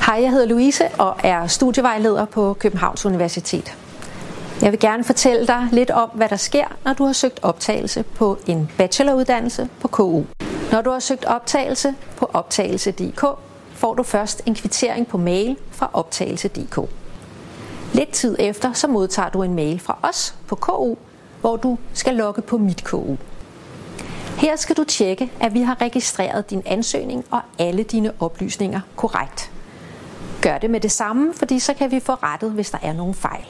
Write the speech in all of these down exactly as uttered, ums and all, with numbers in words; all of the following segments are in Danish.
Hej, jeg hedder Louise og er studievejleder på Københavns Universitet. Jeg vil gerne fortælle dig lidt om, hvad der sker, når du har søgt optagelse på en bacheloruddannelse på K U. Når du har søgt optagelse på optagelse punktum d k, får du først en kvittering på mail fra optagelse punktum d k. Lidt tid efter så modtager du en mail fra os på K U, hvor du skal logge på Mit K U. Her skal du tjekke, at vi har registreret din ansøgning og alle dine oplysninger korrekt. Gør det med det samme, fordi så kan vi få rettet, hvis der er nogle fejl.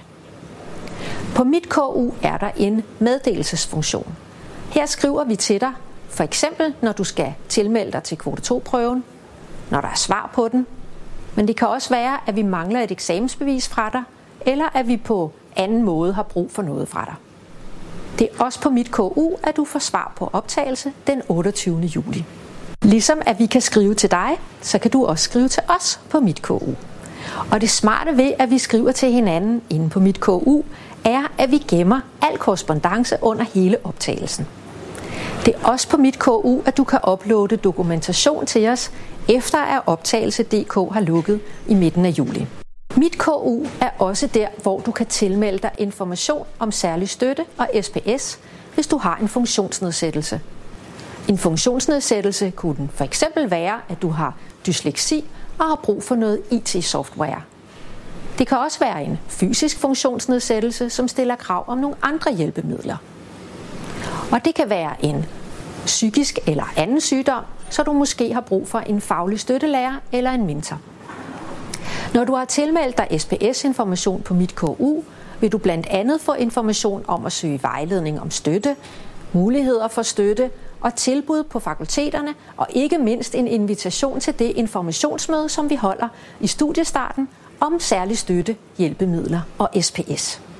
På Mit K U er der en meddelelsesfunktion. Her skriver vi til dig, for eksempel når du skal tilmelde dig til kvote to-prøven, når der er svar på den, men det kan også være, at vi mangler et eksamensbevis fra dig, eller at vi på anden måde har brug for noget fra dig. Det er også på Mit K U, at du får svar på optagelse den otteogtyvende juli. Ligesom at vi kan skrive til dig, så kan du også skrive til os på Mit K U. Og det smarte ved, at vi skriver til hinanden inde på Mit K U, er, at vi gemmer al korrespondance under hele optagelsen. Det er også på Mit K U, at du kan uploade dokumentation til os, efter at optagelse punktum d k har lukket i midten af juli. Mit K U er også der, hvor du kan tilmelde dig information om særlig støtte og S P S, hvis du har en funktionsnedsættelse. En funktionsnedsættelse kunne den for eksempel være, at du har dysleksi og har brug for noget I T-software. Det kan også være en fysisk funktionsnedsættelse, som stiller krav om nogle andre hjælpemidler. Og det kan være en psykisk eller anden sygdom, så du måske har brug for en faglig støttelærer eller en mentor. Når du har tilmeldt dig S P S-information på Mit K U, vil du blandt andet få information om at søge vejledning om støtte, muligheder for støtte og tilbud på fakulteterne, og ikke mindst en invitation til det informationsmøde, som vi holder i studiestarten om særlig støtte, hjælpemidler og S P S.